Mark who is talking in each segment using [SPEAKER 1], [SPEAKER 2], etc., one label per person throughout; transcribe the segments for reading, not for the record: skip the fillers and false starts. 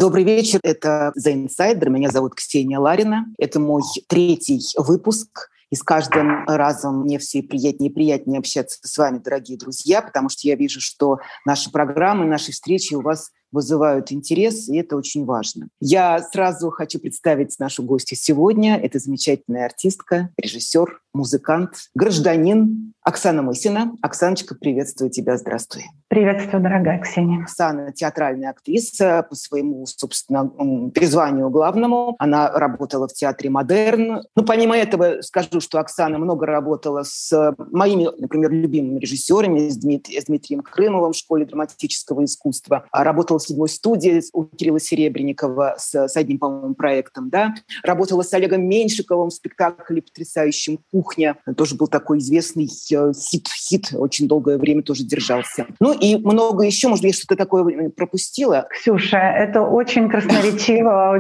[SPEAKER 1] Добрый вечер. Это The Insider. Меня зовут Ксения Ларина. Это мой 3-й выпуск. И с каждым разом мне все приятнее и приятнее общаться с вами, дорогие друзья, потому что я вижу, что наши программы, наши встречи у вас вызывают интерес, и это очень важно. Я сразу хочу представить нашу гостью сегодня. Это замечательная артистка, режиссер, музыкант, гражданин Оксана Мысина. Оксаночка, приветствую тебя, здравствуй.
[SPEAKER 2] Приветствую, дорогая Ксения.
[SPEAKER 1] Оксана — театральная актриса по своему, собственно, призванию главному. Она работала в театре «Модерн». Помимо этого скажу, что Оксана много работала с моими, например, любимыми режиссерами, с Дмитрием Крымовым в школе драматического искусства. Работала в 7-й студии у Кирилла Серебренникова с одним, по-моему, проектом. Да? Работала с Олегом Меньшиковым в спектакле потрясающем «Кухня». Тоже был такой известный хит, очень долгое время тоже держался. И много еще, может быть, я что-то такое пропустила.
[SPEAKER 2] Ксюша, это очень красноречиво,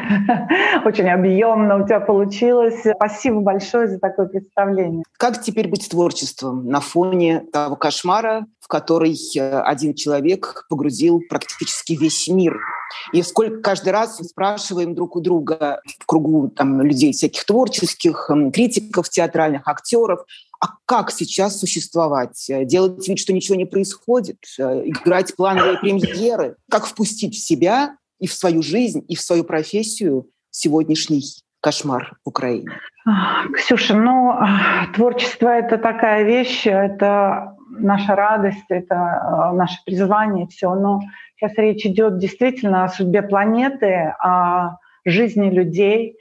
[SPEAKER 2] очень объемно у тебя получилось. Спасибо большое за такое представление.
[SPEAKER 1] Как теперь быть с творчеством на фоне того кошмара, в который один человек погрузил практически весь мир? И сколько каждый раз спрашиваем друг у друга в кругу людей всяких творческих, критиков театральных, актеров, а как сейчас существовать? Делать вид, что ничего не происходит? Играть плановые премьеры? Как впустить в себя и в свою жизнь, и в свою профессию сегодняшний кошмар в Украине?
[SPEAKER 2] Ксюша, творчество — это такая вещь, это наша радость, это наше призвание, все. Но сейчас речь идет действительно о судьбе планеты, о жизни людей.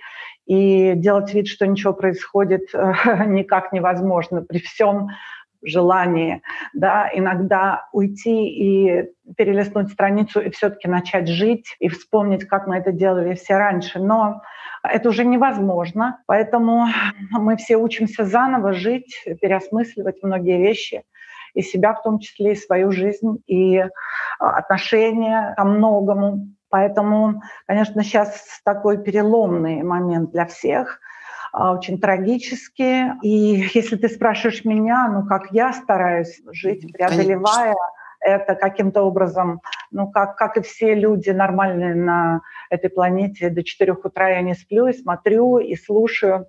[SPEAKER 2] И делать вид, что ничего происходит, никак невозможно при всем желании. Да, иногда уйти и перелистнуть страницу и все-таки начать жить и вспомнить, как мы это делали все раньше. Но это уже невозможно. Поэтому мы все учимся заново жить, переосмысливать многие вещи. И себя в том числе, и свою жизнь, и отношения ко многому. Поэтому, конечно, сейчас такой переломный момент для всех, очень трагический. И если ты спрашиваешь меня, как я стараюсь жить, преодолевая это каким-то образом, как и все люди нормальные на этой планете, до 4 утра я не сплю, и смотрю, и слушаю,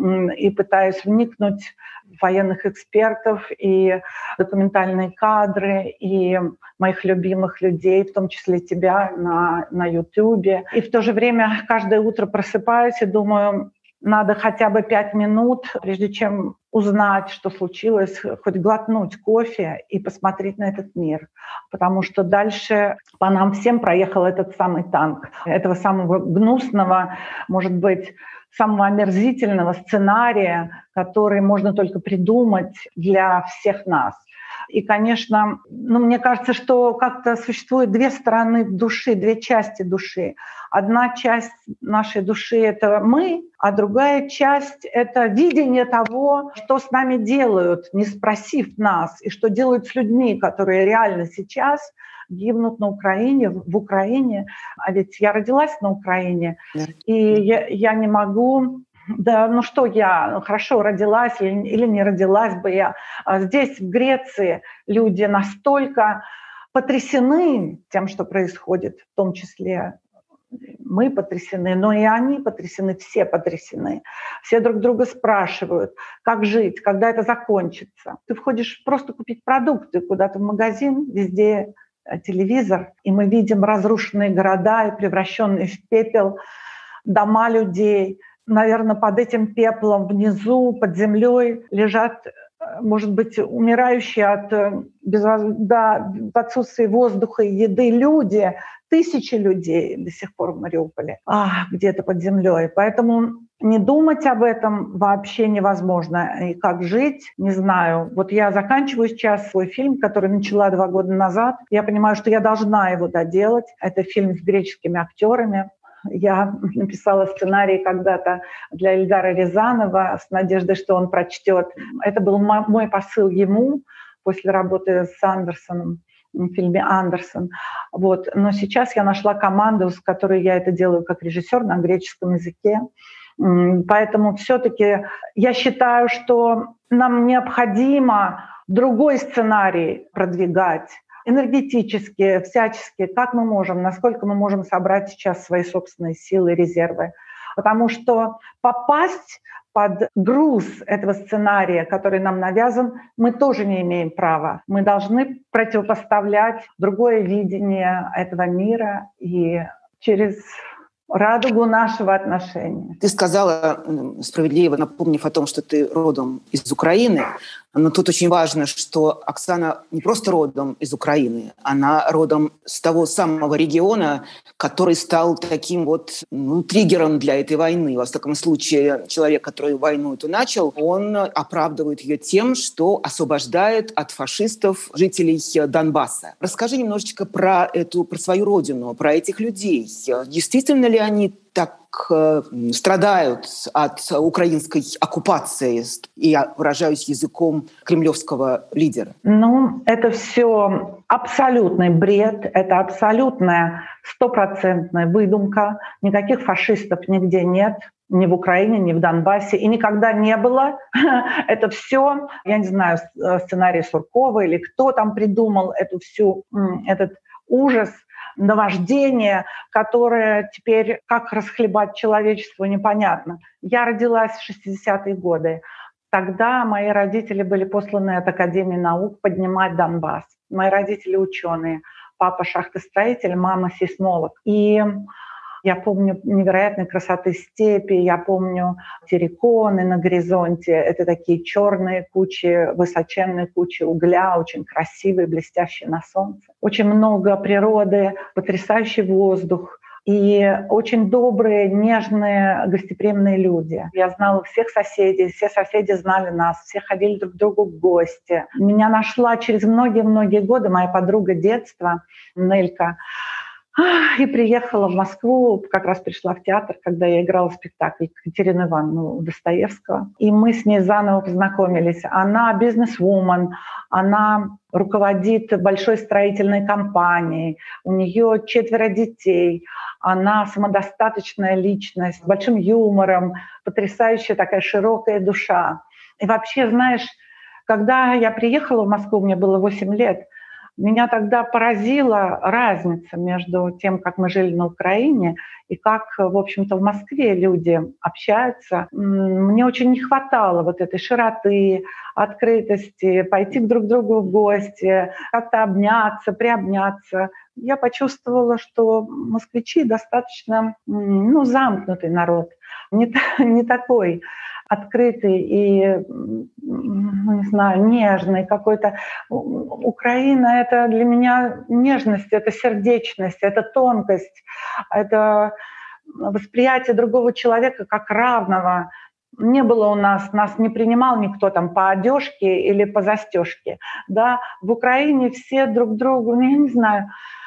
[SPEAKER 2] и пытаюсь вникнуть в военных экспертов, и документальные кадры, и моих любимых людей, в том числе тебя на Ютубе. И в то же время каждое утро просыпаюсь и думаю, надо хотя бы 5 минут, прежде чем узнать, что случилось, хоть глотнуть кофе и посмотреть на этот мир. Потому что дальше по нам всем проехал этот самый танк. Этого самого гнусного, может быть, самого омерзительного сценария, который можно только придумать для всех нас. И, конечно, мне кажется, что как-то существует 2 стороны души, 2 части души. Одна часть нашей души — это мы, а другая часть — это видение того, что с нами делают, не спросив нас, и что делают с людьми, которые реально сейчас гибнут на Украине, в Украине. А ведь я родилась на Украине, и я не могу... Хорошо, родилась или не родилась бы я. Здесь, в Греции, люди настолько потрясены тем, что происходит, в том числе мы потрясены, но и они потрясены, все потрясены. Все друг друга спрашивают, как жить, когда это закончится. Ты входишь просто купить продукты куда-то в магазин, везде телевизор, и мы видим разрушенные города и превращенные в пепел дома людей. Наверное, под этим пеплом внизу, под землей лежат, может быть, умирающие от отсутствия воздуха и еды люди, тысячи людей до сих пор в Мариуполе, где-то под землей. Поэтому не думать об этом вообще невозможно. И как жить, не знаю. Вот я заканчиваю сейчас свой фильм, который начала 2 года назад. Я понимаю, что я должна его доделать. Это фильм с греческими актерами. Я написала сценарий когда-то для Эльдара Рязанова с надеждой, что он прочтет. Это был мой посыл ему после работы с Андерсоном в фильме «Андерсон». Но сейчас я нашла команду, с которой я это делаю как режиссер на греческом языке. Поэтому все-таки я считаю, что нам необходимо другой сценарий продвигать. энергетически, всячески, как мы можем, насколько мы можем собрать сейчас свои собственные силы, резервы. Потому что попасть под груз этого сценария, который нам навязан, мы тоже не имеем права. Мы должны противопоставлять другое видение этого мира и через радугу нашего отношения.
[SPEAKER 1] Ты сказала, справедливо напомнив о том, что ты родом из Украины, но тут очень важно, что Оксана не просто родом из Украины, она родом с того самого региона, который стал таким вот триггером для этой войны. Во всяком случае, человек, который войну эту начал, он оправдывает ее тем, что освобождает от фашистов жителей Донбасса. Расскажи немножечко про свою родину, про этих людей. Действительно ли они так страдают от украинской оккупации, и я выражаюсь языком кремлевского лидера?
[SPEAKER 2] Это все абсолютный бред, это абсолютная стопроцентная выдумка. Никаких фашистов нигде нет, ни в Украине, ни в Донбассе, и никогда не было. Это все, я не знаю, сценарий Суркова или кто там придумал этот ужас, наваждение, которое теперь как расхлебать человечество, непонятно. Я родилась в 60-е годы. Тогда мои родители были посланы от Академии наук поднимать Донбасс. Мои родители ученые. Папа шахтостроитель, мама сейсмолог. И я помню невероятной красоты степи, я помню терриконы на горизонте. Это такие черные кучи, высоченные кучи угля, очень красивые, блестящие на солнце. Очень много природы, потрясающий воздух и очень добрые, нежные, гостеприимные люди. Я знала всех соседей, все соседи знали нас, все ходили друг к другу в гости. Меня нашла через многие-многие годы моя подруга детства, Нелька, и приехала в Москву, как раз пришла в театр, когда я играла спектакль Екатерину Ивановну у Достоевского. И мы с ней заново познакомились. Она бизнес-вумен, она руководит большой строительной компанией, у нее 4 детей, она самодостаточная личность, с большим юмором, потрясающая такая широкая душа. И вообще, знаешь, когда я приехала в Москву, мне было 8 лет, меня тогда поразила разница между тем, как мы жили на Украине, и как, в общем-то, в Москве люди общаются. Мне очень не хватало вот этой широты, открытости, пойти друг к другу в гости, как-то обняться, приобняться. Я почувствовала, что москвичи достаточно замкнутый народ, не такой открытый и, не знаю, нежный какой-то. Украина — это для меня нежность, это сердечность, это тонкость, это восприятие другого человека как равного. Не было у нас не принимал никто там по одежке или по застежке. Да? В Украине все друг другу, я не знаю,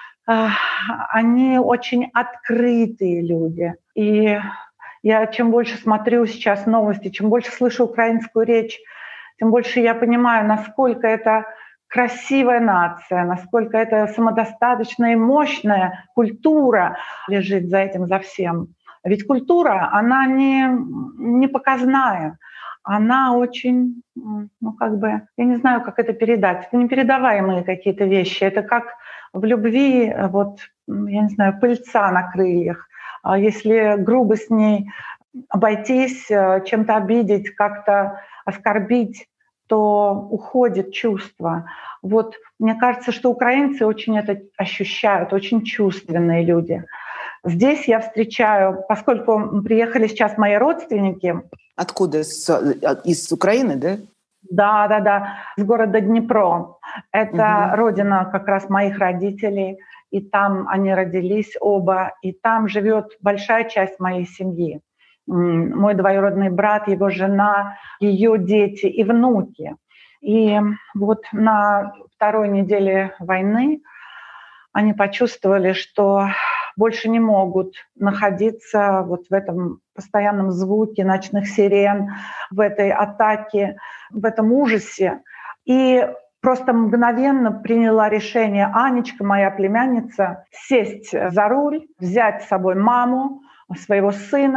[SPEAKER 2] они очень открытые люди. И я чем больше смотрю сейчас новости, чем больше слышу украинскую речь, тем больше я понимаю, насколько это красивая нация, насколько это самодостаточная и мощная культура лежит за этим, за всем. Ведь культура, она не показная, она очень, я не знаю, как это передать. Это непередаваемые какие-то вещи. Это как в любви, я не знаю, пыльца на крыльях. Если грубо с ней обойтись, чем-то обидеть, как-то оскорбить, то уходит чувство. Мне кажется, что украинцы очень это ощущают, очень чувственные люди. Здесь я встречаю, поскольку приехали сейчас мои родственники.
[SPEAKER 1] Откуда? Из Украины, да?
[SPEAKER 2] Да, с города Днепро. Это родина как раз моих родителей. И там они родились оба, и там живет большая часть моей семьи. Мой двоюродный брат, его жена, ее дети и внуки. И на 2-й неделе войны они почувствовали, что больше не могут находиться в этом постоянном звуке ночных сирен, в этой атаке, в этом ужасе. И просто мгновенно приняла решение Анечка, моя племянница, сесть за руль, взять с собой маму, своего сына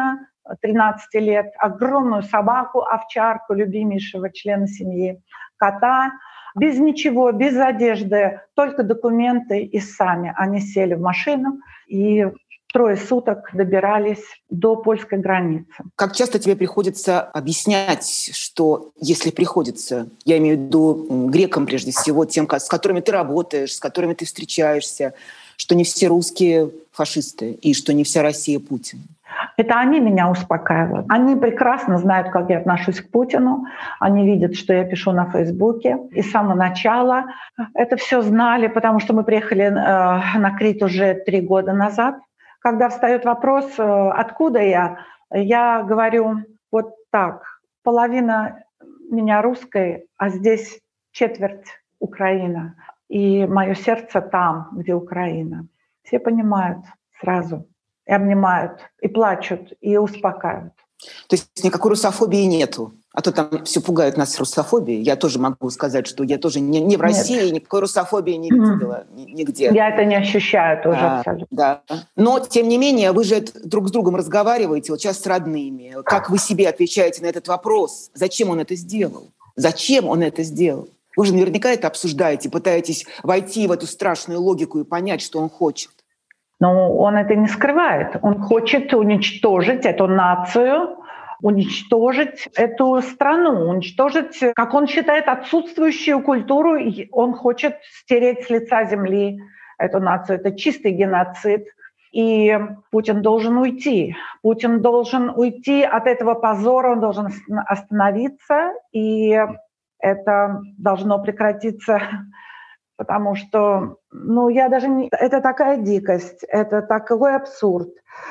[SPEAKER 2] 13 лет, огромную собаку, овчарку, любимейшего члена семьи, кота. Без ничего, без одежды, только документы и сами. Они сели в машину и 3 суток добирались до польской границы.
[SPEAKER 1] Как часто тебе приходится объяснять, что, если приходится, я имею в виду грекам прежде всего, тем, с которыми ты работаешь, с которыми ты встречаешься, что не все русские фашисты и что не вся Россия Путин?
[SPEAKER 2] Это они меня успокаивают. Они прекрасно знают, как я отношусь к Путину. Они видят, что я пишу на Фейсбуке. И с самого начала это все знали, потому что мы приехали на Крит уже 3 года назад. Когда встает вопрос, откуда я говорю вот так. Половина меня русской, а здесь четверть Украина. И мое сердце там, где Украина. Все понимают сразу. И обнимают, и плачут, и успокаивают.
[SPEAKER 1] То есть никакой русофобии нету? А то там все пугают нас русофобией. Я тоже могу сказать, что я тоже не в России, никакой русофобии не видела нигде.
[SPEAKER 2] Я это не ощущаю тоже абсолютно.
[SPEAKER 1] Да. Но, тем не менее, вы же друг с другом разговариваете, вот сейчас с родными. Как вы себе отвечаете на этот вопрос? Зачем он это сделал? Зачем он это сделал? Вы же наверняка это обсуждаете, пытаетесь войти в эту страшную логику и понять, что он хочет.
[SPEAKER 2] Но он это не скрывает. Он хочет уничтожить эту нацию, уничтожить эту страну, уничтожить, как он считает, отсутствующую культуру. Он хочет стереть с лица земли эту нацию. Это чистый геноцид. И Путин должен уйти. Путин должен уйти от этого позора, он должен остановиться, и это должно прекратиться. Потому что, я даже не... Это такая дикость, это такой абсурд,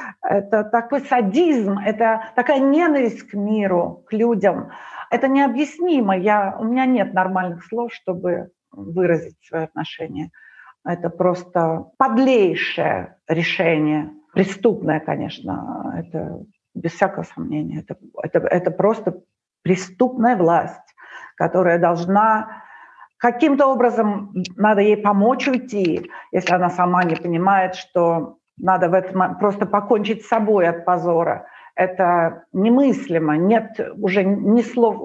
[SPEAKER 2] это такой садизм, это такая ненависть к миру, к людям. Это необъяснимо. У меня нет нормальных слов, чтобы выразить свое отношение. Это просто подлейшее решение. Преступное, конечно, это без всякого сомнения. Это просто преступная власть, которая должна... Каким-то образом надо ей помочь уйти, если она сама не понимает, что надо в этом просто покончить с собой от позора. Это немыслимо, нет уже ни слов,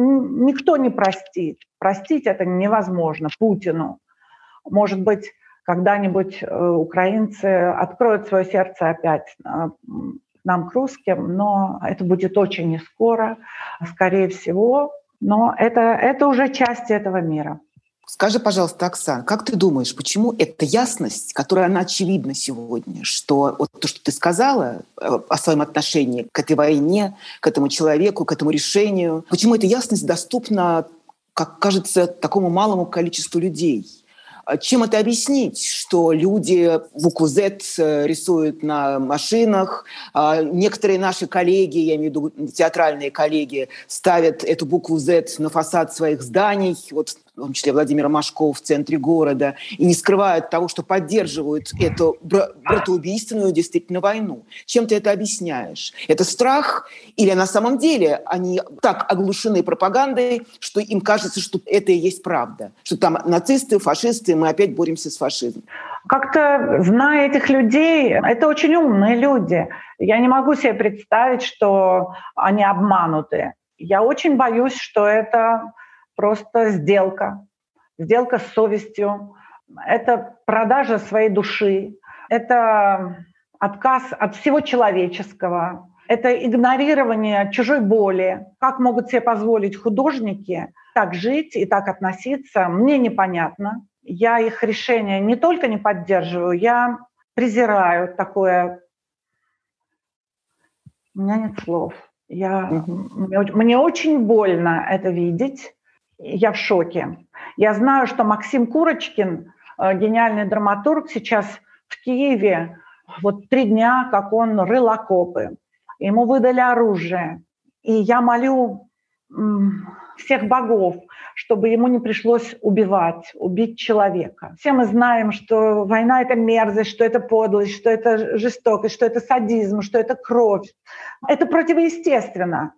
[SPEAKER 2] никто не простит. Простить это невозможно Путину. Может быть, когда-нибудь украинцы откроют свое сердце опять нам, к русским, но это будет очень не скоро, скорее всего. Но это уже часть этого мира.
[SPEAKER 1] Скажи, пожалуйста, Оксана, как ты думаешь, почему эта ясность, которая она очевидна сегодня, что вот то, что ты сказала о своем отношении к этой войне, к этому человеку, к этому решению, почему эта ясность доступна, как кажется, такому малому количеству людей? Чем это объяснить, что люди букву Z рисуют на машинах, некоторые наши коллеги, я имею в виду театральные коллеги, ставят эту букву Z на фасад своих зданий, вот в том числе Владимира Машкова в центре города, и не скрывают того, что поддерживают эту братоубийственную действительно войну. Чем ты это объясняешь? Это страх или на самом деле они так оглушены пропагандой, что им кажется, что это и есть правда? Что там нацисты, фашисты, мы опять боремся с фашизмом.
[SPEAKER 2] Как-то, зная этих людей, это очень умные люди. Я не могу себе представить, что они обмануты. Я очень боюсь, что это просто сделка с совестью. Это продажа своей души. Это отказ от всего человеческого. Это игнорирование чужой боли. Как могут себе позволить художники так жить и так относиться, мне непонятно. Я их решение не только не поддерживаю, я презираю такое. У меня нет слов. Мне очень больно это видеть. Я в шоке. Я знаю, что Максим Курочкин, гениальный драматург, сейчас в Киеве. Вот 3 дня, как он рыл окопы. Ему выдали оружие. И я молю всех богов, чтобы ему не пришлось убить человека. Все мы знаем, что война — это мерзость, что это подлость, что это жестокость, что это садизм, что это кровь. Это противоестественно.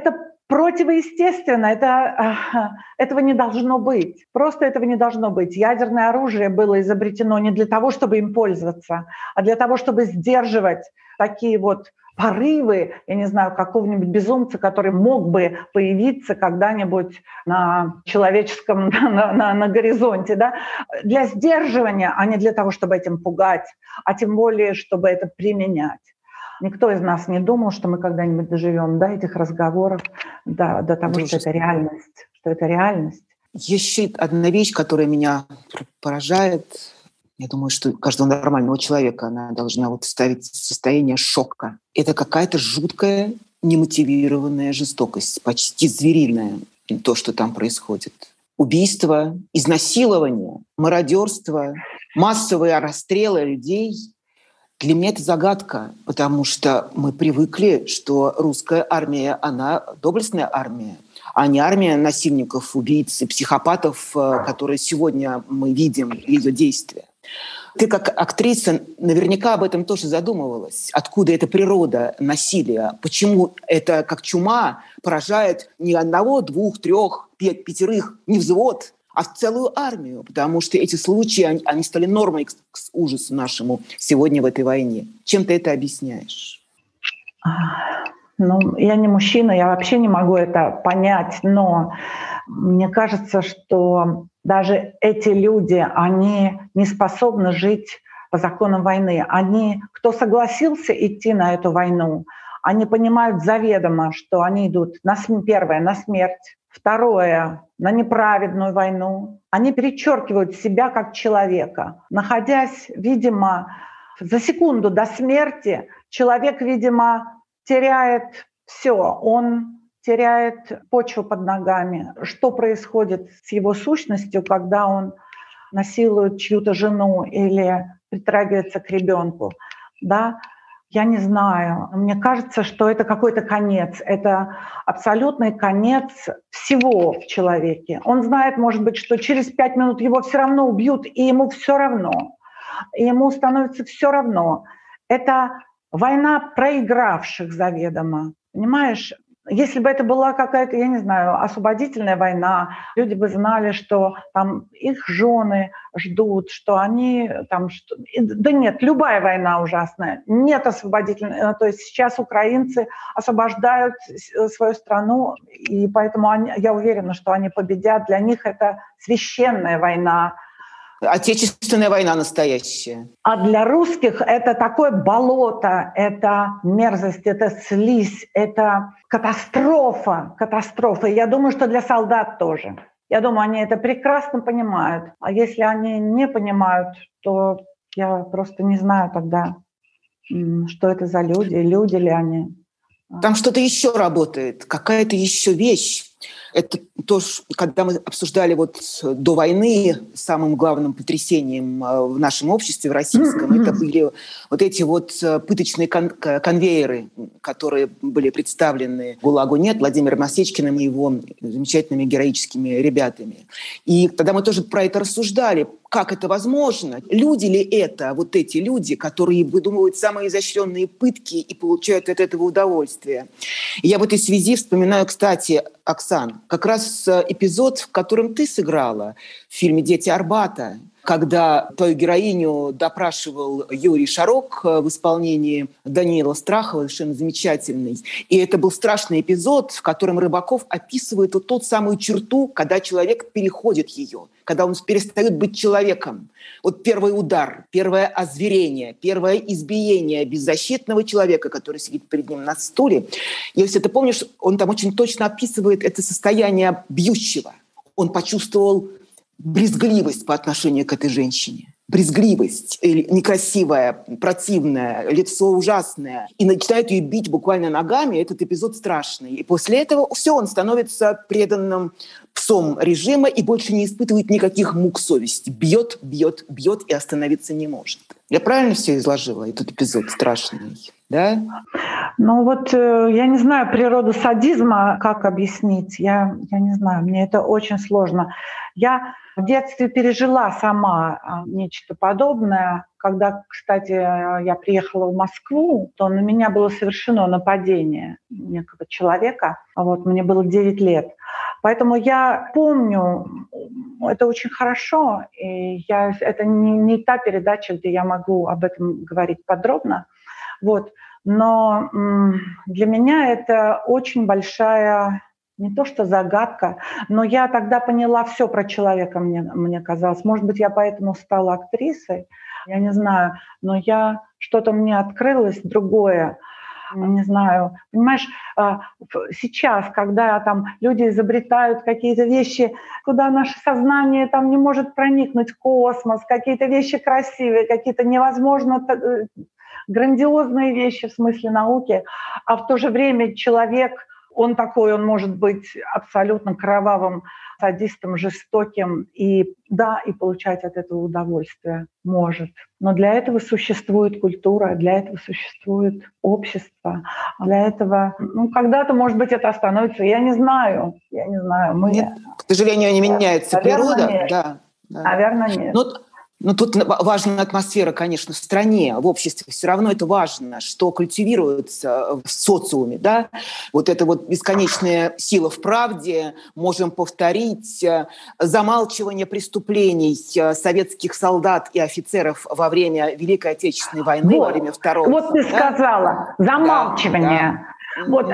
[SPEAKER 2] Этого не должно быть. Просто этого не должно быть. Ядерное оружие было изобретено не для того, чтобы им пользоваться, а для того, чтобы сдерживать такие вот порывы, я не знаю, какого-нибудь безумца, который мог бы появиться когда-нибудь на человеческом, на горизонте, да, для сдерживания, а не для того, чтобы этим пугать, а тем более, чтобы это применять. Никто из нас не думал, что мы когда-нибудь доживем до этих разговоров, до того, что это реальность.
[SPEAKER 1] Еще одна вещь, которая меня поражает. Я думаю, что каждого нормального человека она должна вставить в состояние шока. Это какая-то жуткая, немотивированная жестокость, почти звериная, то, что там происходит. Убийство, изнасилование, мародерство, массовые расстрелы людей. Для меня это загадка, потому что мы привыкли, что русская армия, она доблестная армия, а не армия насильников, убийц и психопатов, которые сегодня мы видим ее действия. Ты как актриса наверняка об этом тоже задумывалась. Откуда эта природа насилия? Почему это, как чума, поражает не одного, двух, трех, пятерых, не взвод, а целую армию? Потому что эти случаи, они стали нормой к ужасу нашему сегодня в этой войне. Чем ты это объясняешь?
[SPEAKER 2] Я не мужчина, я вообще не могу это понять, но мне кажется, что даже эти люди, они не способны жить по законам войны. Кто согласился идти на эту войну, они понимают заведомо, что они идут, первое, на смерть, второе, на неправедную войну. Они перечеркивают себя как человека. Находясь, видимо, за секунду до смерти, человек, видимо, теряет все, он теряет почву под ногами. Что происходит с его сущностью, когда он насилует чью-то жену или притрагивается к ребенку? Да? Я не знаю. Мне кажется, что это какой-то конец. Это абсолютный конец всего в человеке. Он знает, может быть, что через 5 минут его все равно убьют, и ему все равно. И ему становится все равно. Это война проигравших заведомо. Понимаешь? Если бы это была какая-то, я не знаю, освободительная война, люди бы знали, что там их жены ждут, что они там... Да нет, любая война ужасная. Нет освободительной. То есть сейчас украинцы освобождают свою страну, и поэтому я уверена, что они победят. Для них это священная война.
[SPEAKER 1] Отечественная война настоящая.
[SPEAKER 2] А для русских это такое болото, это мерзость, это слизь, это катастрофа. И я думаю, что для солдат тоже. Я думаю, они это прекрасно понимают. А если они не понимают, то я просто не знаю тогда, что это за люди ли они.
[SPEAKER 1] Там что-то еще работает, какая-то еще вещь. Это то, когда мы обсуждали до войны самым главным потрясением в нашем обществе, в российском, это были эти пыточные конвейеры, которые были представлены ГУЛАГу «Нет» Владимиром Осечкиным и его замечательными героическими ребятами. И тогда мы тоже про это рассуждали. Как это возможно? Люди ли это, эти люди, которые выдумывают самые изощренные пытки и получают от этого удовольствие? И я в этой связи вспоминаю, кстати, Оксан, как раз эпизод, в котором ты сыграла в фильме «Дети Арбата», когда твою героиню допрашивал Юрий Шарок в исполнении Даниила Страхова, совершенно замечательный. И это был страшный эпизод, в котором Рыбаков описывает ту самую черту, когда человек переходит ее, когда он перестает быть человеком. Первый удар, первое озверение, первое избиение беззащитного человека, который сидит перед ним на стуле. Если ты помнишь, он там очень точно описывает это состояние бьющего. Он почувствовал брезгливость по отношению к этой женщине. Брезгливость, некрасивая, противная, лицо ужасное. И начинает ее бить буквально ногами. Этот эпизод страшный. И после этого все, он становится преданным псом режима и больше не испытывает никаких мук совести. Бьет и остановиться не может. Я правильно все изложила, этот эпизод страшный? Да?
[SPEAKER 2] Я не знаю природу садизма, как объяснить. Я не знаю, мне это очень сложно. Я в детстве пережила сама нечто подобное. Когда, кстати, я приехала в Москву, то на меня было совершено нападение некого человека. Мне было 9 лет. Поэтому я помню это очень хорошо. И это не та передача, где я могу об этом говорить подробно. Но для меня это очень большая, не то что загадка, но я тогда поняла все про человека, мне казалось. Может быть, я поэтому стала актрисой, я не знаю, но что-то мне открылось другое. Не знаю, понимаешь, сейчас, когда там люди изобретают какие-то вещи, куда наше сознание там не может проникнуть, космос, какие-то вещи красивые, какие-то невозможно грандиозные вещи в смысле науки, а в то же время человек, он такой, он может быть абсолютно кровавым, садистом, жестоким, и получать от этого удовольствие может. Но для этого существует культура, для этого существует общество, для этого, когда-то, может быть, это остановится, я не знаю.
[SPEAKER 1] Нет, к сожалению, не меняется природа.
[SPEAKER 2] Нет.
[SPEAKER 1] Да.
[SPEAKER 2] Наверное, нет.
[SPEAKER 1] Но тут важна атмосфера, конечно, в стране, в обществе. Все равно это важно, что культивируется в социуме. Да? Вот эта вот бесконечная сила в правде, можем повторить, замалчивание преступлений советских солдат и офицеров во время Великой Отечественной войны, во время Второго.
[SPEAKER 2] Вот ты сказала, замалчивание. Да. Вот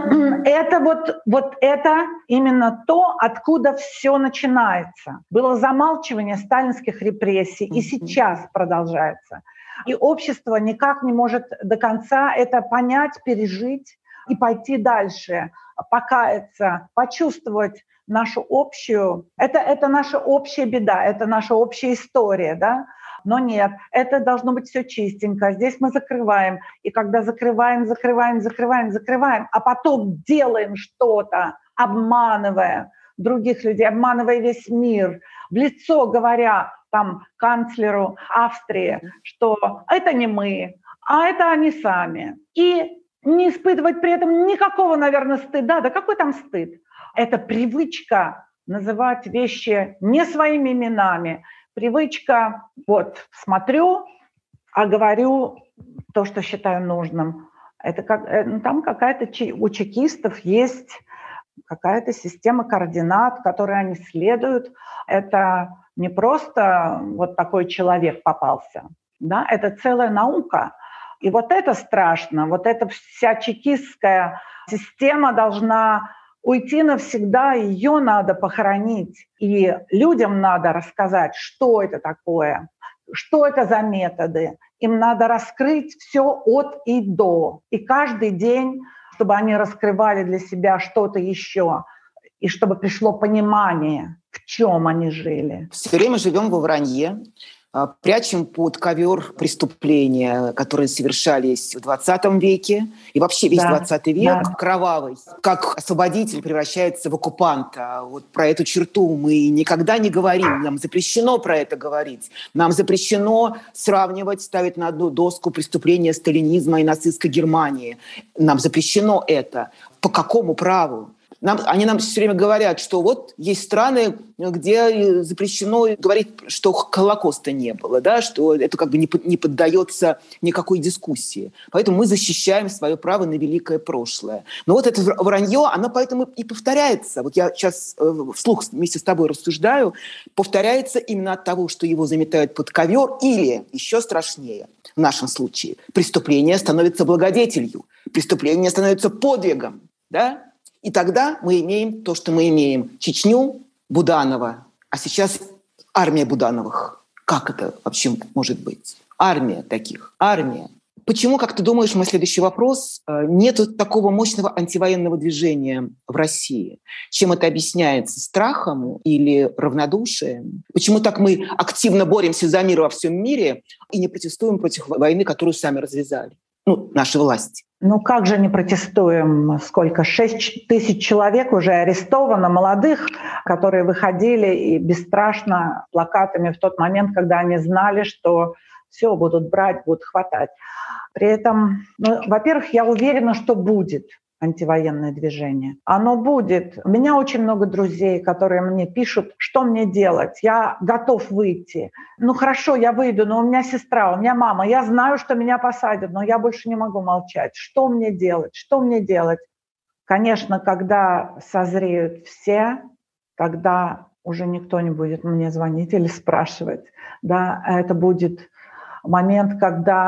[SPEAKER 2] это именно то, откуда все начинается. Было замалчивание сталинских репрессий, и сейчас продолжается. И общество никак не может до конца это понять, пережить и пойти дальше, покаяться, почувствовать нашу общую... Это наша общая беда, это наша общая история, да? Но нет, это должно быть все чистенько. Здесь мы закрываем. И когда закрываем, а потом делаем что-то, обманывая других людей, обманывая весь мир, в лицо говоря там канцлеру Австрии, что это не мы, а это они сами. И не испытывать при этом никакого, наверное, стыда. Да какой там стыд? Это привычка называть вещи не своими именами, привычка, смотрю, а говорю то, что считаю нужным. Это там какая-то у чекистов есть какая-то система координат, которой они следуют. Это не просто вот такой человек попался, да, это целая наука. И вот это страшно, вот эта вся чекистская система должна уйти навсегда, ее надо похоронить. И людям надо рассказать, что это такое, что это за методы. Им надо раскрыть все от и до. И каждый день, чтобы они раскрывали для себя что-то еще, и чтобы пришло понимание, в чем они жили.
[SPEAKER 1] Все время живем во вранье, прячем под ковер преступления, которые совершались в 20 веке, и вообще весь 20 век кровавый. Как освободитель превращается в оккупанта. Вот про эту черту мы никогда не говорим. Нам запрещено про это говорить. Нам запрещено сравнивать, ставить на одну доску преступления сталинизма и нацистской Германии. Нам запрещено это. По какому праву? Они нам все время говорят, что вот есть страны, где запрещено говорить, что Холокоста не было, да, что это как бы не поддается никакой дискуссии. Поэтому мы защищаем свое право на великое прошлое. Но вот это вранье, оно поэтому и повторяется. Вот я сейчас вслух вместе с тобой рассуждаю, повторяется именно от того, что его заметают под ковер, или, еще страшнее, в нашем случае, преступление становится благодетелью, преступление становится подвигом, да? И тогда мы имеем то, что мы имеем. Чечню, Буданова. А сейчас армия Будановых. Как это вообще может быть? Армия таких. Армия. Почему, как ты думаешь, мой следующий вопрос, нет такого мощного антивоенного движения в России? Чем это объясняется? Страхом или равнодушием? Почему так мы активно боремся за мир во всем мире и не протестуем против войны, которую сами развязали? Наши власти.
[SPEAKER 2] Как же не протестуем? Сколько? 6 тысяч человек уже арестовано, молодых, которые выходили и бесстрашно плакатами в тот момент, когда они знали, что все будут брать, будут хватать. При этом, во-первых, я уверена, что будет антивоенное движение. Оно будет. У меня очень много друзей, которые мне пишут, что мне делать. Я готов выйти. Хорошо, я выйду, но у меня сестра, у меня мама. Я знаю, что меня посадят, но я больше не могу молчать. Что мне делать? Что мне делать? Конечно, когда созреют все, тогда уже никто не будет мне звонить или спрашивать. Да, это будет момент, когда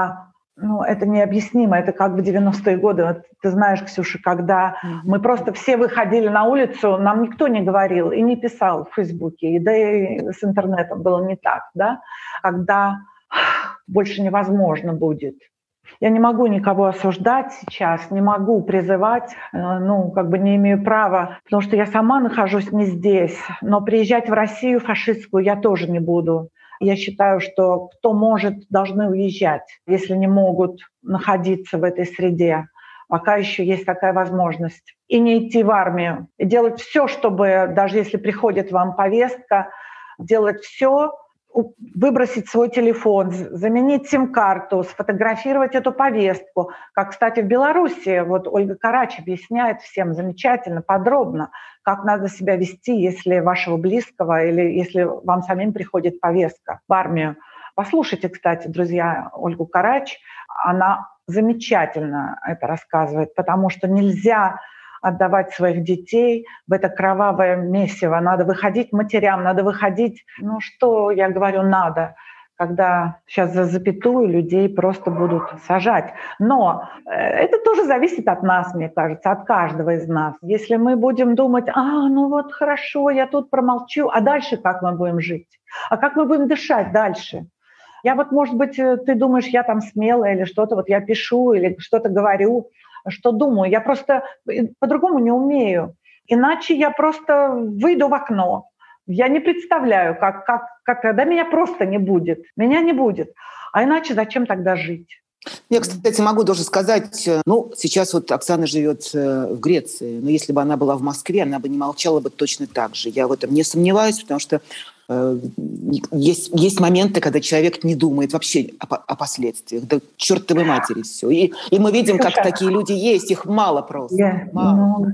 [SPEAKER 2] Ну, это необъяснимо. Это как в 90-е годы. Вот ты знаешь, Ксюша, когда мы просто все выходили на улицу, нам никто не говорил и не писал в Фейсбуке, и да и с интернетом было не так, да? Когда больше невозможно будет. Я не могу никого осуждать сейчас, не могу призывать, не имею права, потому что я сама нахожусь не здесь. Но приезжать в Россию фашистскую я тоже не буду. Я считаю, что кто может, должны уезжать, если не могут находиться в этой среде. Пока еще есть такая возможность. И не идти в армию. И делать все, чтобы, даже если приходит вам повестка, делать все, выбросить свой телефон, заменить сим-карту, сфотографировать эту повестку. Как, кстати, в Беларуси, вот Ольга Карач объясняет всем замечательно, подробно, как надо себя вести, если вашего близкого или если вам самим приходит повестка в армию. Послушайте, кстати, друзья, Ольгу Карач, она замечательно это рассказывает, потому что нельзя отдавать своих детей в это кровавое месиво. Надо выходить матерям, надо выходить, что я говорю, надо, когда сейчас за запятую людей просто будут сажать. Но это тоже зависит от нас, мне кажется, от каждого из нас. Если мы будем думать, хорошо, я тут промолчу, а дальше как мы будем жить? А как мы будем дышать дальше? Может быть, ты думаешь, я там смелая или что-то, я пишу или что-то говорю, что думаю. Я просто по-другому не умею. Иначе я просто выйду в окно. Я не представляю, как когда меня просто не будет. Меня не будет. А иначе зачем тогда жить?
[SPEAKER 1] Я, кстати, могу тоже сказать, сейчас Оксана живет в Греции, но если бы она была в Москве, она бы не молчала бы точно так же. Я в этом не сомневаюсь, потому что есть моменты, когда человек не думает вообще о последствиях. Да чертовой матери все. И мы видим, как такие люди есть. Их мало просто. Мало.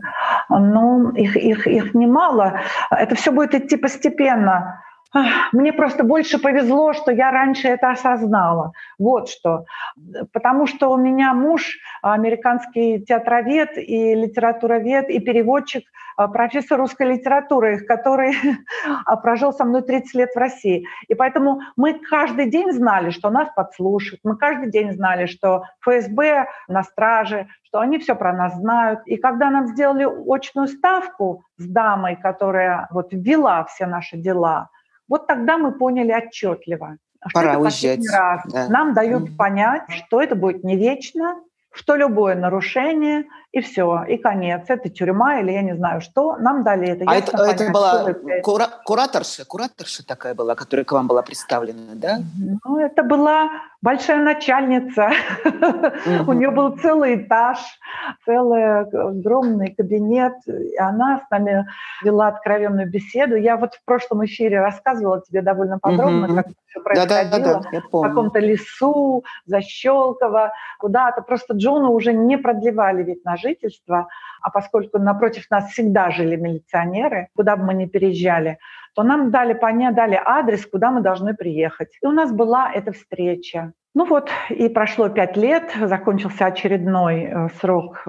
[SPEAKER 2] Их немало. Это все будет идти постепенно. Мне просто больше повезло, что я раньше это осознала. Вот что. Потому что у меня муж американский театровед и литературовед, и переводчик, профессор русской литературы, который прожил со мной 30 лет в России. И поэтому мы каждый день знали, что нас подслушают. Мы каждый день знали, что ФСБ на страже, что они все про нас знают. И когда нам сделали очную ставку с дамой, которая ввела все наши дела, тогда мы поняли отчетливо, что
[SPEAKER 1] пора
[SPEAKER 2] это
[SPEAKER 1] уезжать.
[SPEAKER 2] Последний раз. Да. Нам дают понять, что это будет не вечно, что любое нарушение, и все, и конец. Это тюрьма или я не знаю что. Нам дали это.
[SPEAKER 1] Это была кураторша такая была, которая к вам была представлена, да?
[SPEAKER 2] Это была большая начальница. У нее был целый этаж, целый огромный кабинет. И она с нами вела откровенную беседу. Я в прошлом эфире рассказывала тебе довольно подробно, как все происходило. В каком-то лесу, Защелково, куда-то. Просто Джону уже не продлевали вид на жительство, а поскольку напротив нас всегда жили милиционеры, куда бы мы ни переезжали, то нам дали адрес, куда мы должны приехать. И у нас была эта встреча. И прошло 5 лет, закончился очередной срок,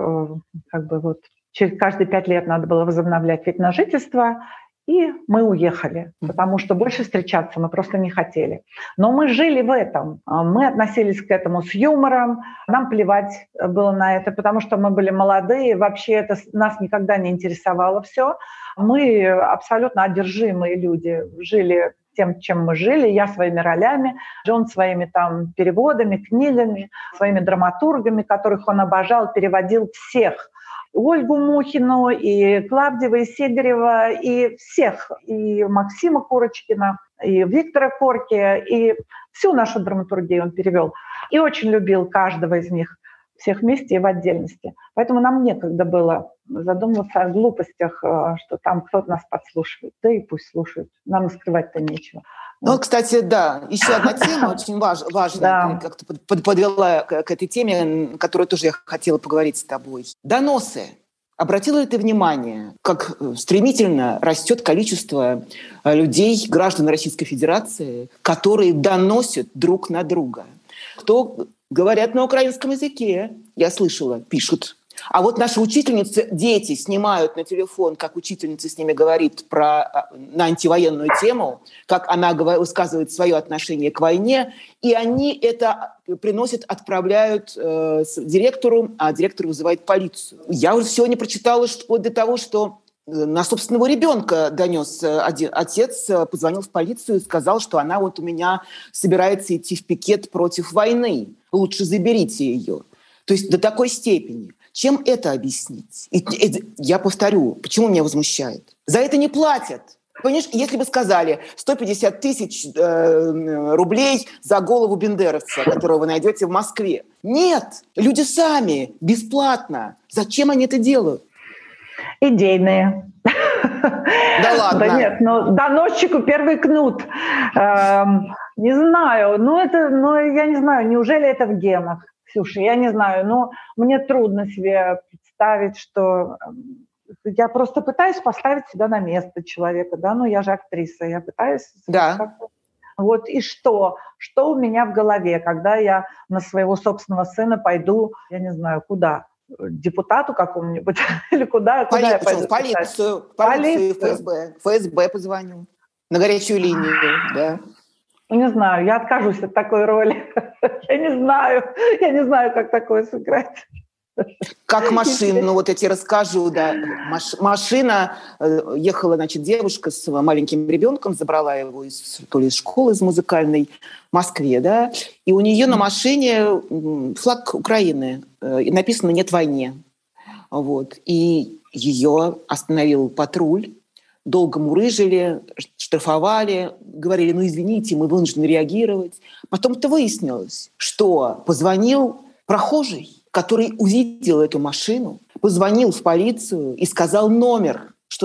[SPEAKER 2] через каждые 5 лет надо было возобновлять вид на жительство, и мы уехали, потому что больше встречаться мы просто не хотели. Но мы жили в этом, мы относились к этому с юмором, нам плевать было на это, потому что мы были молодые, вообще это нас никогда не интересовало все. Мы абсолютно одержимые люди, жили тем, чем мы жили, я своими ролями, Джон своими переводами, книгами, своими драматургами, которых он обожал, переводил всех. Ольгу Мухину, и Клавдева, и Сигарева, и всех, и Максима Курочкина, и Виктора Корки, и всю нашу драматургию он перевел. И очень любил каждого из них, всех вместе и в отдельности. Поэтому нам некогда было задумываться о глупостях, что там кто-то нас подслушивает. Да и пусть слушают, нам и скрывать-то нечего.
[SPEAKER 1] Кстати, да, еще одна тема очень важная,
[SPEAKER 2] да.
[SPEAKER 1] Как-то подвела к этой теме, которую тоже я хотела поговорить с тобой. Доносы. Обратила ли ты внимание, как стремительно растет количество людей, граждан Российской Федерации, которые доносят друг на друга? Кто говорят на украинском языке, я слышала, пишут. А вот наши учительницы, дети снимают на телефон, как учительница с ними говорит на антивоенную тему, как она высказывает свое отношение к войне, и они это приносят, отправляют директору, а директор вызывает полицию. Я уже сегодня прочитала вплоть до того, что на собственного ребенка донес отец, позвонил в полицию и сказал, что она вот у меня собирается идти в пикет против войны. Лучше заберите ее. То есть до такой степени. Чем это объяснить? Я повторю, почему меня возмущает. За это не платят. Понимаешь, если бы сказали 150 тысяч рублей за голову бендеровца, которого вы найдете в Москве. Нет, люди сами, бесплатно. Зачем они это делают?
[SPEAKER 2] Идейные.
[SPEAKER 1] Да ладно.
[SPEAKER 2] Да нет, доносчику первый кнут. Не знаю, я не знаю, неужели это в генах, Ксюша, я не знаю, но мне трудно себе представить, что... Я просто пытаюсь поставить себя на место человека, да, я же актриса, я пытаюсь...
[SPEAKER 1] Да.
[SPEAKER 2] Вот и что? Что у меня в голове, когда я на своего собственного сына пойду, я не знаю, куда? Депутату какому-нибудь или куда я пойду?
[SPEAKER 1] В полицию, ФСБ позвоню, на горячую линию, да.
[SPEAKER 2] Не знаю, я откажусь от такой роли. Я не знаю, как такое сыграть.
[SPEAKER 1] Как машину, вот я тебе расскажу, да. Машина, ехала, значит, девушка с маленьким ребенком, забрала его то ли из школы, из музыкальной, в Москве, да, и у нее на машине флаг Украины, и написано «Нет войне». Вот. И ее остановил патруль, долго мурыжили, штрафовали, говорили, извините, мы вынуждены реагировать. Потом-то выяснилось, что позвонил прохожий, который увидел эту машину, позвонил в полицию и сказал номер, что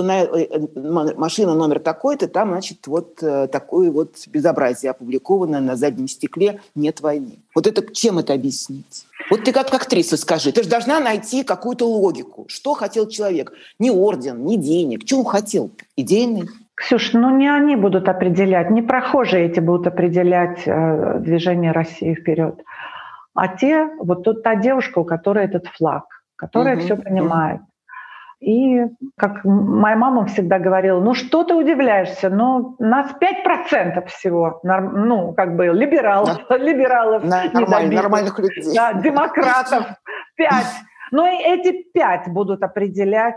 [SPEAKER 1] машина номер такой-то, там, значит, вот такое вот безобразие опубликовано на заднем стекле «Нет войны». Вот это чем это объяснить? Вот ты как актриса скажи, ты же должна найти какую-то логику. Что хотел человек? Не орден, не денег. Чего он хотел? Идейный?
[SPEAKER 2] Ксюш, не они будут определять, не прохожие эти будут определять движение России вперед, а та девушка, у которой этот флаг, которая все понимает. И, как моя мама всегда говорила, что ты удивляешься, нас 5% всего, либералов
[SPEAKER 1] нормальных людей.
[SPEAKER 2] Да, демократов 5%. Но и эти 5 будут определять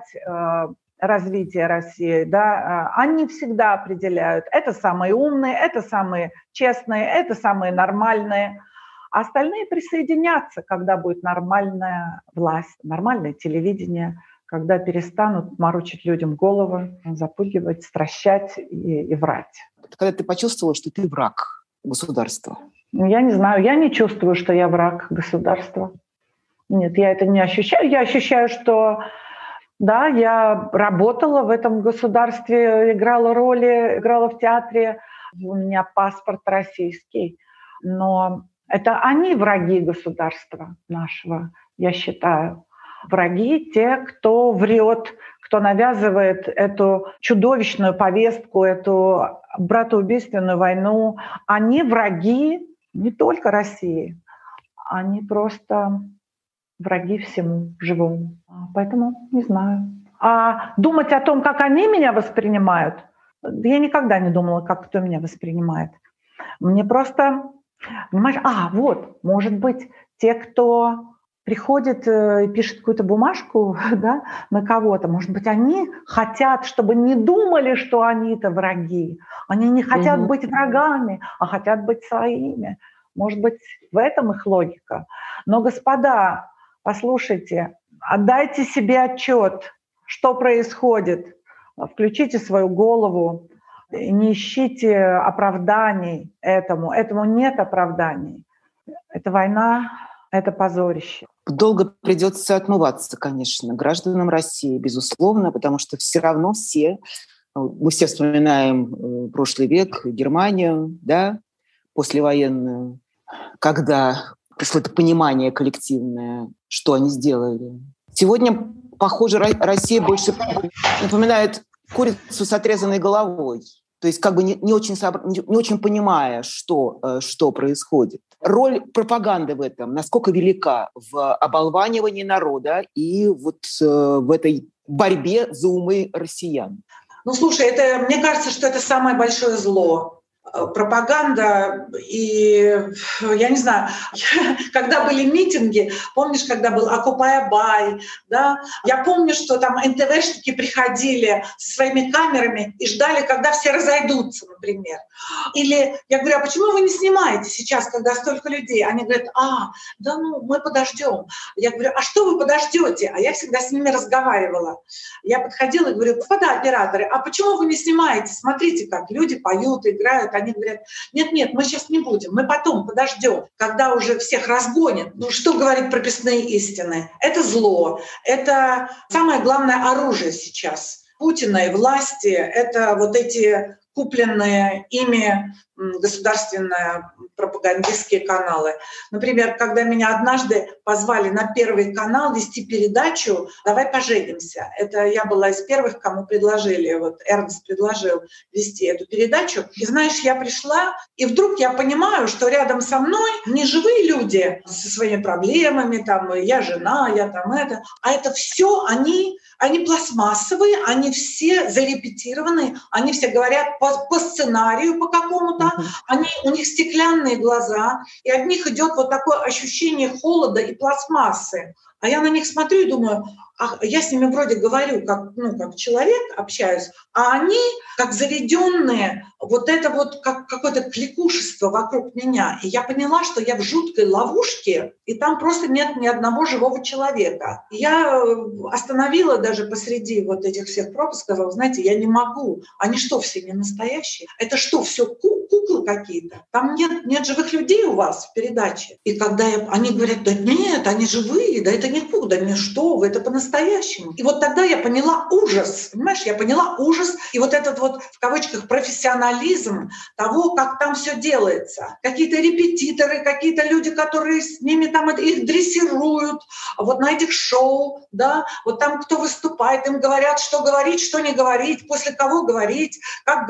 [SPEAKER 2] развитие России. Да? Они всегда определяют. Это самые умные, это самые честные, это самые нормальные. А остальные присоединятся, когда будет нормальная власть, нормальное телевидение, когда перестанут морочить людям головы, запугивать, стращать и врать.
[SPEAKER 1] Когда ты почувствовала, что ты враг государства?
[SPEAKER 2] Я не знаю, я не чувствую, что я враг государства. Нет, я это не ощущаю. Я ощущаю, что да, я работала в этом государстве, играла роли, играла в театре, у меня паспорт российский. Но это они враги государства нашего, я считаю. Враги те, кто врет, кто навязывает эту чудовищную повестку, эту братоубийственную войну. Они враги не только России, они просто враги всему живому. Поэтому не знаю. А думать о том, как они меня воспринимают, я никогда не думала, как кто меня воспринимает. Мне просто, понимаешь, может быть, те, кто приходит и пишет какую-то бумажку, да, на кого-то, может быть, они хотят, чтобы не думали, что они-то враги. Они не хотят быть врагами, а хотят быть своими. Может быть, в этом их логика. Но, господа, послушайте, отдайте себе отчет, что происходит. Включите свою голову, не ищите оправданий этому. Этому нет оправданий. Это война, это позорище.
[SPEAKER 1] Долго придется отмываться, конечно, гражданам России, безусловно, потому что все равно мы все вспоминаем прошлый век, Германию, да, послевоенную, когда пришло это понимание коллективное, что они сделали. Сегодня, похоже, Россия больше напоминает курицу с отрезанной головой. То есть как бы не очень понимая, что происходит. Роль пропаганды в этом, насколько велика в оболванивании народа и вот в этой борьбе за умы россиян?
[SPEAKER 3] Ну, слушай, мне кажется, что это самое большое зло. Пропаганда и, я не знаю, когда были митинги, помнишь, когда был «Окупай Бай», да? Я помню, что там НТВшники приходили со своими камерами и ждали, когда все разойдутся, например. Или я говорю, а почему вы не снимаете сейчас, когда столько людей? Они говорят, мы подождем. Я говорю, а что вы подождете? А я всегда с ними разговаривала. Я подходила и говорю, господа операторы, а почему вы не снимаете? Смотрите, как люди поют, играют. Они говорят, нет, мы сейчас не будем, мы потом подождем, когда уже всех разгонят. Ну, что говорит прописные истины? Это зло, это самое главное оружие сейчас Путина и власти, это вот эти купленные ими государственные пропагандистские каналы. Например, когда меня однажды позвали на Первый канал вести передачу «Давай поженимся». Это я была из первых, кому предложили, вот Эрнст предложил вести эту передачу. И знаешь, я пришла, и вдруг я понимаю, что рядом со мной не живые люди со своими проблемами, там, я жена, я там это, а это все они пластмассовые, они все зарепетированные, они все говорят по сценарию по какому-то, у них стеклянные глаза, и от них идет вот такое ощущение холода и пластмассы. А я на них смотрю и думаю, я с ними вроде говорю, как человек, общаюсь, а они, как заведенные, вот это вот как какое-то кликушество вокруг меня. И я поняла, что я в жуткой ловушке, и там просто нет ни одного живого человека. Я остановила даже посреди вот этих всех проб и сказала, знаете, я не могу. Они что, все не настоящие? Это что, все куклы какие-то? Там нет живых людей у вас в передаче? И когда они говорят, да нет, они живые, да это не куклы, да не что вы, это по-настоящему. И вот тогда я поняла ужас, понимаешь, и вот этот вот в кавычках профессионализм того, как там все делается. Какие-то репетиторы, какие-то люди, которые с ними там их дрессируют, вот на этих шоу, да, вот там кто выступает, им говорят, что говорить, что не говорить, после кого говорить, как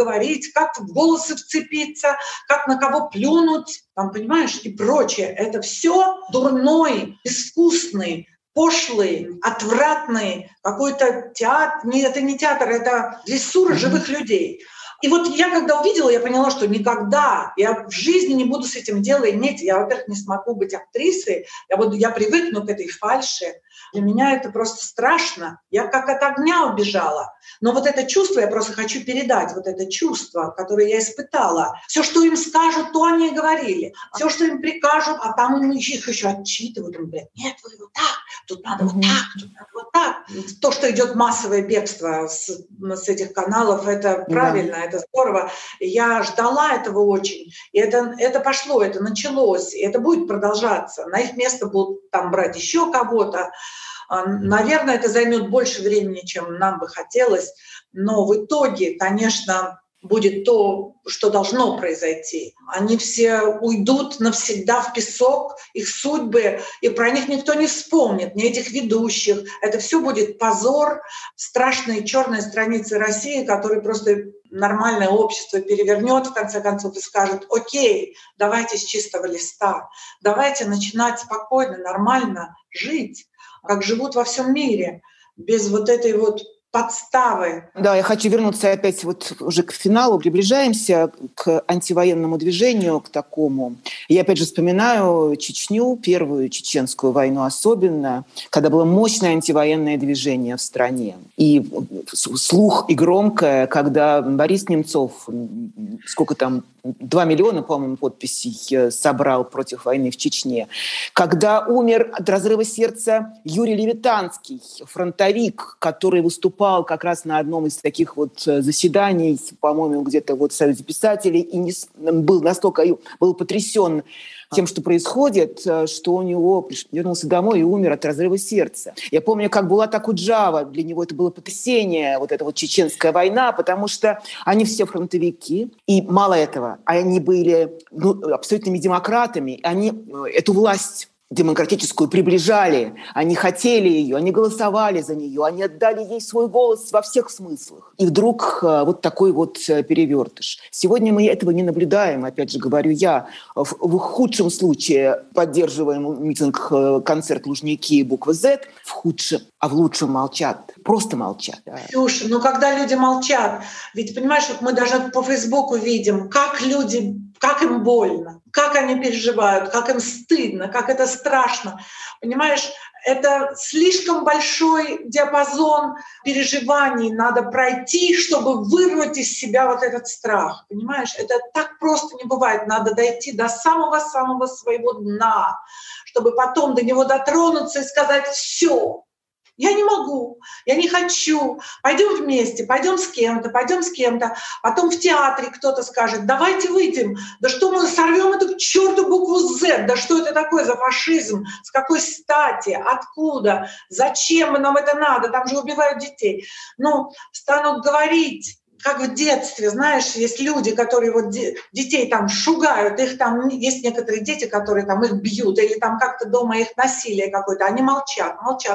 [SPEAKER 3] в волосы вцепиться, как на кого плюнуть, там, понимаешь, и прочее. Это все дурной, безвкусный, пошлый, отвратный какой-то театр. Это не театр, это дрессура живых людей. И вот я когда увидела, я поняла, что никогда я в жизни не буду с этим делом иметь. Я, во-первых, не смогу быть актрисой, я привыкну к этой фальши. Для меня это просто страшно. Я как от огня убежала. Но вот это чувство я просто хочу передать, вот это чувство, которое я испытала. Все, что им скажут, то они и говорили. Все, что им прикажут, а там их еще отчитывают. Им говорят, нет, вы вот так, тут надо вот так, тут надо вот так. То, что идет массовое бегство с этих каналов, это правильно, это здорово. Я ждала этого очень. И это пошло, это началось, и это будет продолжаться. На их место будут там брать еще кого-то. Наверное, это займет больше времени, чем нам бы хотелось, но в итоге, конечно, будет то, что должно произойти. Они все уйдут навсегда в песок, их судьбы, и про них никто не вспомнит, ни этих ведущих. Это все будет позор, страшные черные страницы России, которые просто нормальное общество перевернет в конце концов и скажет: окей, давайте с чистого листа, давайте начинать спокойно, нормально жить, как живут во всем мире, без вот этой вот подставы.
[SPEAKER 1] Да, я хочу вернуться опять вот уже к финалу. Приближаемся к антивоенному движению, к такому. Я опять же вспоминаю Чечню, первую чеченскую войну особенно, когда было мощное антивоенное движение в стране. И слух и громкое, когда Борис Немцов, 2 миллиона, по-моему, подписей собрал против войны в Чечне. Когда умер от разрыва сердца Юрий Левитанский, фронтовик, который выступал как раз на одном из таких вот заседаний, по-моему, где-то вот в Союзе писателей, и был потрясен тем, что происходит, что у него вернулся домой и умер от разрыва сердца. Я помню, как Булат Акуджава, для него это было потрясение, вот эта вот чеченская война, потому что они все фронтовики, и мало этого, они были абсолютными демократами, они эту власть демократическую приближали, они хотели ее, они голосовали за нее, они отдали ей свой голос во всех смыслах. И вдруг вот такой вот перевертыш. Сегодня мы этого не наблюдаем, опять же говорю я. В худшем случае поддерживаем митинг, концерт Лужники, буква «З», в худшем, а в лучшем молчат, просто молчат.
[SPEAKER 3] Ксюша, когда люди молчат, ведь, понимаешь, вот мы даже по Фейсбуку видим, как люди, как им больно, как они переживают, как им стыдно, как это страшно. Понимаешь, это слишком большой диапазон переживаний надо пройти, чтобы вырвать из себя вот этот страх. Понимаешь, это так просто не бывает. Надо дойти до самого-самого своего дна, чтобы потом до него дотронуться и сказать: «Все, я не могу, я не хочу, пойдем вместе, пойдем с кем-то, пойдем с кем-то». Потом в театре кто-то скажет: «Давайте выйдем, да что мы сорвем эту к черту букву «З», да что это такое за фашизм, с какой стати, откуда, зачем нам это надо, там же убивают детей». Станут говорить, как в детстве, знаешь, есть люди, которые вот детей там шугают, их там есть некоторые дети, которые там их бьют, или там как-то дома их насилие какое-то, они молчат.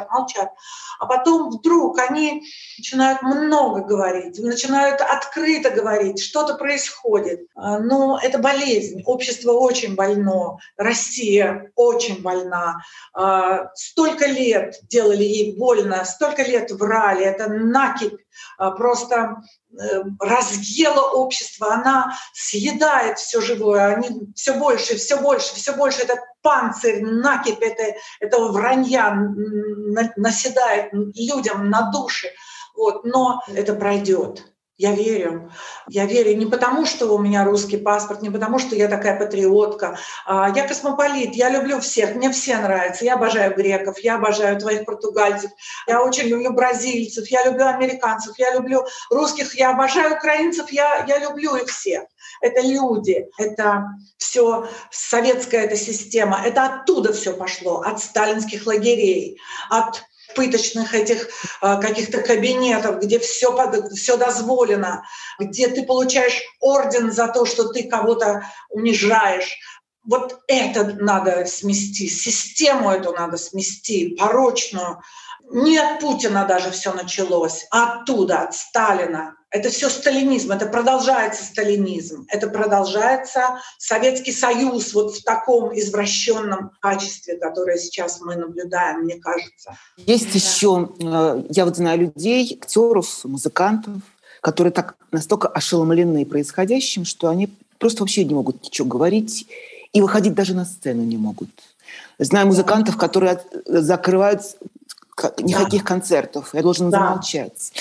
[SPEAKER 3] А потом вдруг они начинают много говорить, начинают открыто говорить, что-то происходит. Но это болезнь, общество очень больно, Россия очень больна. Столько лет делали ей больно, столько лет врали, это накипь просто разъела общество, она съедает все живое, они все больше, этот панцирь, накипь этого вранья наседает людям на души. Но это пройдет. Я верю не потому, что у меня русский паспорт, не потому, что я такая патриотка. Я космополит, я люблю всех, мне все нравятся. Я обожаю греков, я обожаю твоих португальцев, я очень люблю бразильцев, я люблю американцев, я люблю русских, я обожаю украинцев, я люблю их всех. Это люди, это все советская эта система, это оттуда все пошло, от сталинских лагерей, от пыточных этих каких-то кабинетов, где все дозволено, где ты получаешь орден за то, что ты кого-то унижаешь. Вот это надо смести, систему эту надо смести, порочную. Не от Путина даже все началось, а оттуда, от Сталина. Это все сталинизм, это продолжается сталинизм, это продолжается Советский Союз вот в таком извращенном качестве, которое сейчас мы наблюдаем, мне кажется.
[SPEAKER 1] Есть еще, я вот знаю людей, актеров, музыкантов, которые так настолько ошеломлены происходящим, что они просто вообще не могут ничего говорить и выходить даже на сцену не могут. Знаю музыкантов, которые закрывают никаких концертов, я должен замолчать.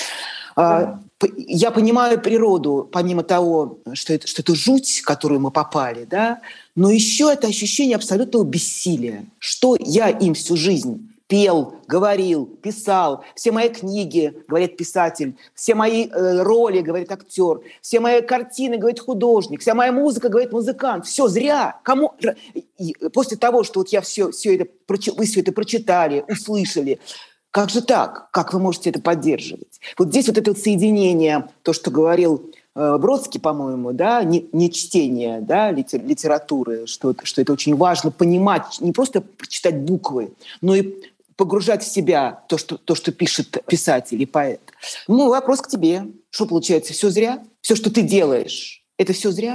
[SPEAKER 1] Я понимаю природу, помимо того, что это жуть, в которую мы попали, да, но еще это ощущение абсолютного бессилия. Что я им всю жизнь пел, говорил, писал, все мои книги, говорит писатель, все мои роли, говорит актер, все мои картины, говорит художник, вся моя музыка, говорит музыкант. Все зря. Кому? И после того, что вот я вы все это прочитали, услышали, как же так? Как вы можете это поддерживать? Вот здесь вот это соединение, то, что говорил Бродский, по-моему, да, не чтение, да, литературы, что это очень важно понимать, не просто прочитать буквы, но и погружать в себя то, что пишет писатель и поэт. Вопрос к тебе. Что получается, все зря? Все, что ты делаешь, это все зря?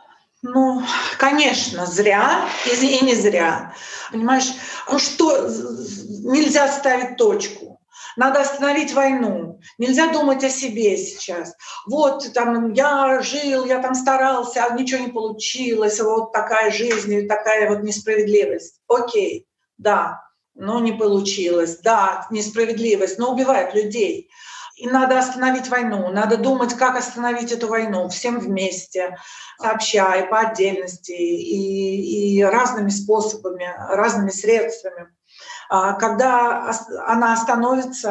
[SPEAKER 3] Конечно, зря и не зря. Понимаешь, что нельзя ставить точку. Надо остановить войну. Нельзя думать о себе сейчас. Вот там я жил, я там старался, а ничего не получилось. Вот такая жизнь, такая вот несправедливость. Окей, да, но не получилось. Да, несправедливость, но убивает людей. И надо остановить войну, надо думать, как остановить эту войну всем вместе, сообща и по отдельности, и разными способами, разными средствами. Когда она остановится,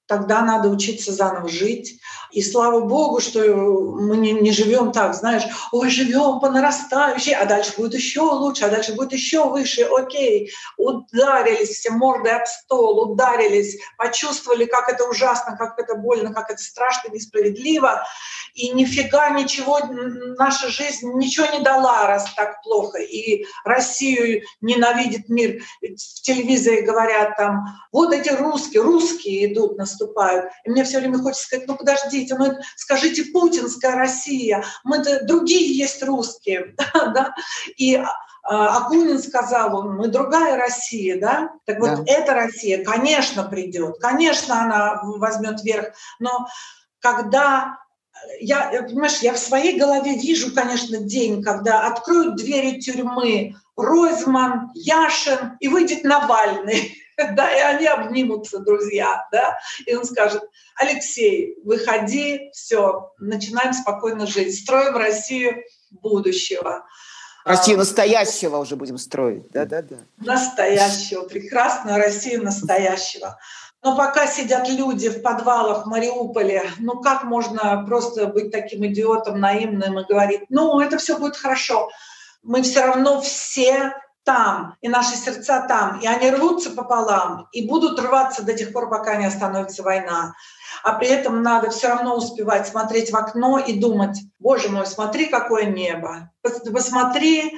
[SPEAKER 3] тогда надо учиться заново жить. И слава Богу, что мы не живем так, знаешь, ой, живем по нарастающей, а дальше будет еще лучше, а дальше будет еще выше. Окей, ударились все мордой об стол, ударились, почувствовали, как это ужасно, как это больно, как это страшно, несправедливо. И нифига ничего, наша жизнь ничего не дала, раз так плохо. И Россию ненавидит мир. Ведь в телевизоре говорят там, вот эти русские идут, наступают. И мне все время хочется сказать, ну подождите, ну скажите путинская Россия, мы-то другие есть русские. Да? И Акунин сказал, мы другая Россия, да? Так вот, эта Россия, конечно, придет, конечно, она возьмет верх, но когда понимаешь, я в своей голове вижу, конечно, день, когда откроют двери тюрьмы Ройзман, Яшин, и выйдет Навальный, да, и они обнимутся, друзья, да, и он скажет, Алексей, выходи, все, начинаем спокойно жить, строим Россию будущего.
[SPEAKER 1] Россию настоящего уже будем строить, да-да-да.
[SPEAKER 3] Настоящего, прекрасную Россию настоящего. Но пока сидят люди в подвалах в Мариуполе, ну как можно просто быть таким идиотом, наивным и говорить, ну это все будет хорошо. Мы все равно все там, и наши сердца там, и они рвутся пополам, и будут рваться до тех пор, пока не остановится война. А при этом надо все равно успевать смотреть в окно и думать, боже мой, смотри, какое небо, посмотри,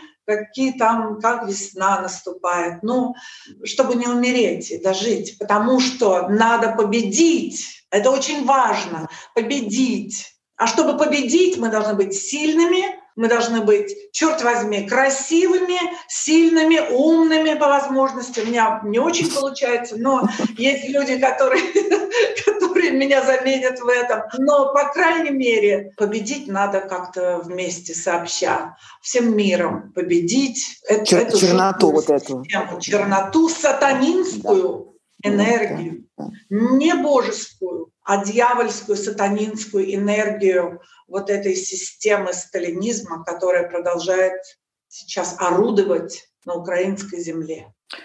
[SPEAKER 3] как весна наступает. Ну, чтобы не умереть и дожить, потому что надо победить. Это очень важно, победить. А чтобы победить, мы должны быть сильными, мы должны быть, черт возьми, красивыми, сильными, умными по возможности. У меня не очень получается, но есть люди, которые меня заменят в этом. Но, по крайней мере, победить надо как-то вместе, сообща, всем миром победить эту
[SPEAKER 1] черноту вот эту.
[SPEAKER 3] Черноту, сатанинскую энергию, не божескую, а дьявольскую, сатанинскую энергию вот этой системы сталинизма, которая продолжает сейчас орудовать на украинской земле.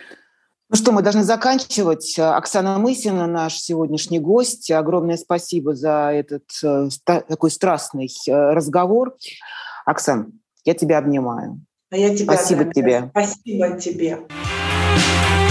[SPEAKER 1] Ну что, мы должны заканчивать. Оксана Мысина, наш сегодняшний гость. Огромное спасибо за этот такой страстный разговор. Оксан, я тебя обнимаю.
[SPEAKER 3] А я тебя
[SPEAKER 1] спасибо тебе.
[SPEAKER 3] Спасибо тебе.